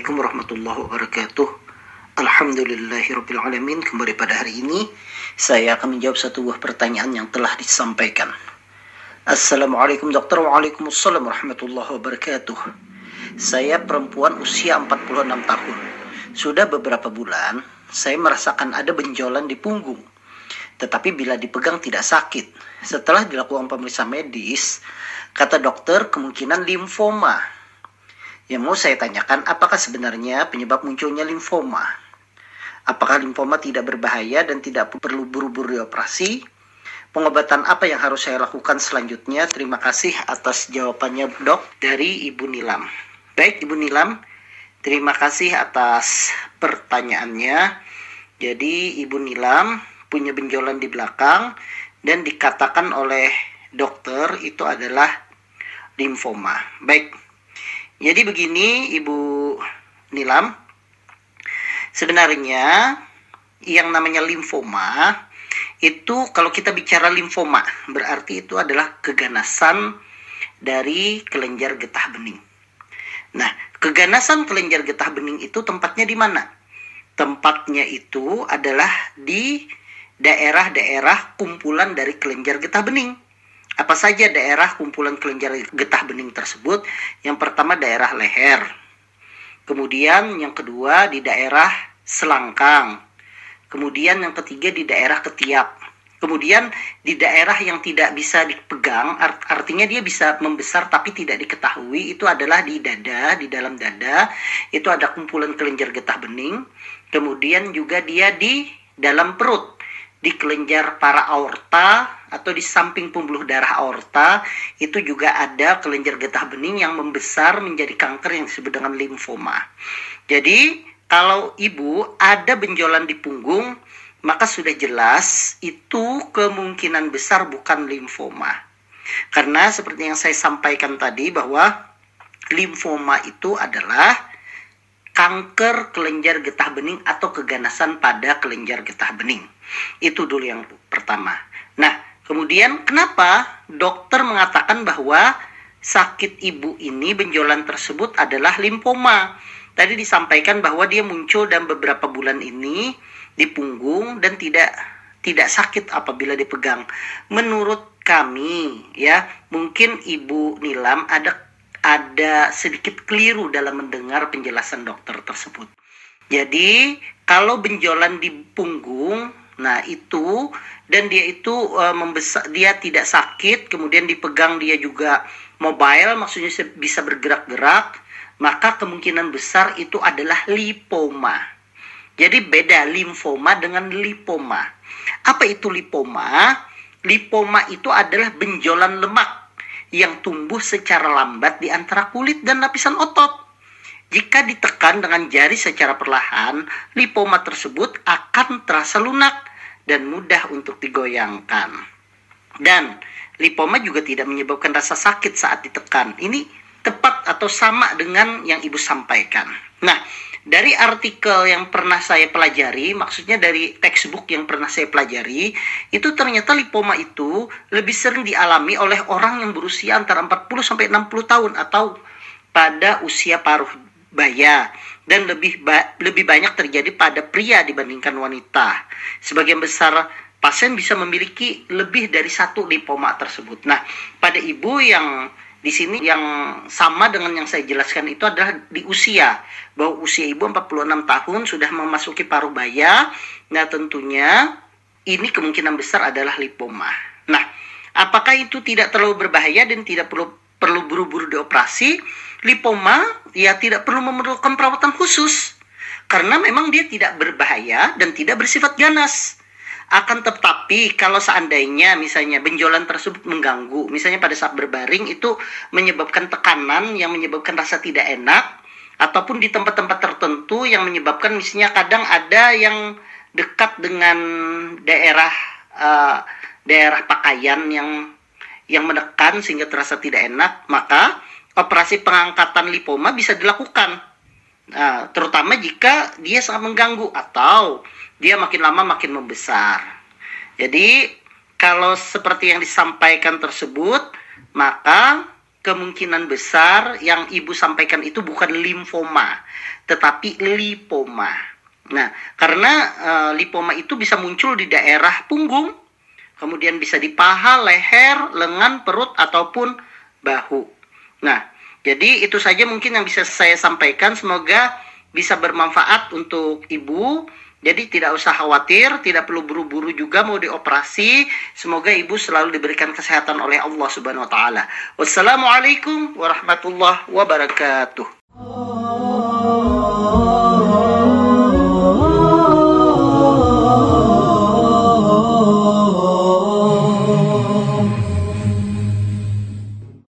Assalamualaikum warahmatullahi wabarakatuh. Alhamdulillahirrabbilalamin. Kembali pada hari ini saya akan menjawab satu buah pertanyaan yang telah disampaikan. Assalamualaikum dokter. Waalaikumsalam warahmatullahi wabarakatuh. Saya perempuan usia 46 tahun. Sudah beberapa bulan saya merasakan ada benjolan di punggung, tetapi bila dipegang tidak sakit. Setelah dilakukan pemeriksaan medis, kata dokter kemungkinan limfoma. Yang mau saya tanyakan, apakah sebenarnya penyebab munculnya limfoma? Apakah limfoma tidak berbahaya dan tidak perlu buru-buru dioperasi? Pengobatan apa yang harus saya lakukan selanjutnya? Terima kasih atas jawabannya dok, dari Ibu Nilam. Baik Ibu Nilam, terima kasih atas pertanyaannya. Jadi Ibu Nilam punya benjolan di belakang dan dikatakan oleh dokter itu adalah limfoma. Baik. Jadi begini Ibu Nilam, sebenarnya yang namanya limfoma itu, kalau kita bicara limfoma, berarti itu adalah keganasan dari kelenjar getah bening. Nah, keganasan kelenjar getah bening itu tempatnya di mana? Tempatnya itu adalah di daerah-daerah kumpulan dari kelenjar getah bening. Apa saja daerah kumpulan kelenjar getah bening tersebut? Yang pertama daerah leher. Kemudian yang kedua di daerah selangkang. Kemudian yang ketiga di daerah ketiak. Kemudian di daerah yang tidak bisa dipegang, artinya dia bisa membesar tapi tidak diketahui, itu adalah di dada, di dalam dada. Itu ada kumpulan kelenjar getah bening. Kemudian juga dia di dalam perut, di kelenjar para aorta atau di samping pembuluh darah aorta, itu juga ada kelenjar getah bening yang membesar menjadi kanker yang disebut dengan limfoma. Jadi kalau ibu ada benjolan di punggung, maka sudah jelas itu kemungkinan besar bukan limfoma. Karena seperti yang saya sampaikan tadi bahwa limfoma itu adalah kanker kelenjar getah bening atau keganasan pada kelenjar getah bening. Itu dulu yang pertama. Nah, kemudian kenapa dokter mengatakan bahwa sakit ibu ini, benjolan tersebut adalah limfoma? Tadi disampaikan bahwa dia muncul dalam beberapa bulan ini di punggung dan tidak sakit apabila dipegang. Menurut kami ya, mungkin Ibu Nilam ada sedikit keliru dalam mendengar penjelasan dokter tersebut. Jadi kalau benjolan di punggung, nah itu, dan dia itu membesar, dia tidak sakit, kemudian dipegang dia juga mobile, maksudnya bisa bergerak-gerak, maka kemungkinan besar itu adalah lipoma. Jadi beda limfoma dengan lipoma. Apa itu lipoma? Lipoma itu adalah benjolan lemak yang tumbuh secara lambat di antara kulit dan lapisan otot. Jika ditekan dengan jari secara perlahan, lipoma tersebut akan terasa lunak dan mudah untuk digoyangkan. Dan lipoma juga tidak menyebabkan rasa sakit saat ditekan. Ini tepat atau sama dengan yang ibu sampaikan. Nah, dari artikel yang pernah saya pelajari, maksudnya dari textbook yang pernah saya pelajari, itu ternyata lipoma itu lebih sering dialami oleh orang yang berusia antara 40 sampai 60 tahun atau pada usia paruh baya, dan lebih banyak terjadi pada pria dibandingkan wanita. Sebagian besar pasien bisa memiliki lebih dari satu lipoma tersebut. Nah, pada ibu yang di sini yang sama dengan yang saya jelaskan itu adalah di usia, bahwa usia ibu 46 tahun sudah memasuki paruh baya. Nah, tentunya ini kemungkinan besar adalah lipoma. Nah, apakah itu tidak terlalu berbahaya dan tidak perlu buru-buru dioperasi? Lipoma ya tidak perlu memerlukan perawatan khusus karena memang dia tidak berbahaya dan tidak bersifat ganas. Akan tetapi kalau seandainya misalnya benjolan tersebut mengganggu, misalnya pada saat berbaring itu menyebabkan tekanan yang menyebabkan rasa tidak enak, ataupun di tempat-tempat tertentu yang menyebabkan misalnya kadang ada yang dekat dengan daerah pakaian yang menekan sehingga terasa tidak enak, maka operasi pengangkatan lipoma bisa dilakukan. Nah, terutama jika dia sangat mengganggu atau dia makin lama makin membesar. Jadi kalau seperti yang disampaikan tersebut, maka kemungkinan besar yang ibu sampaikan itu bukan limfoma, tetapi lipoma. Nah, karena lipoma itu bisa muncul di daerah punggung, kemudian bisa di paha, leher, lengan, perut, ataupun bahu. Nah, jadi itu saja mungkin yang bisa saya sampaikan. Semoga bisa bermanfaat untuk ibu. Jadi tidak usah khawatir, tidak perlu buru-buru juga mau dioperasi. Semoga ibu selalu diberikan kesehatan oleh Allah Subhanahu wa taala. Wassalamualaikum warahmatullahi wabarakatuh.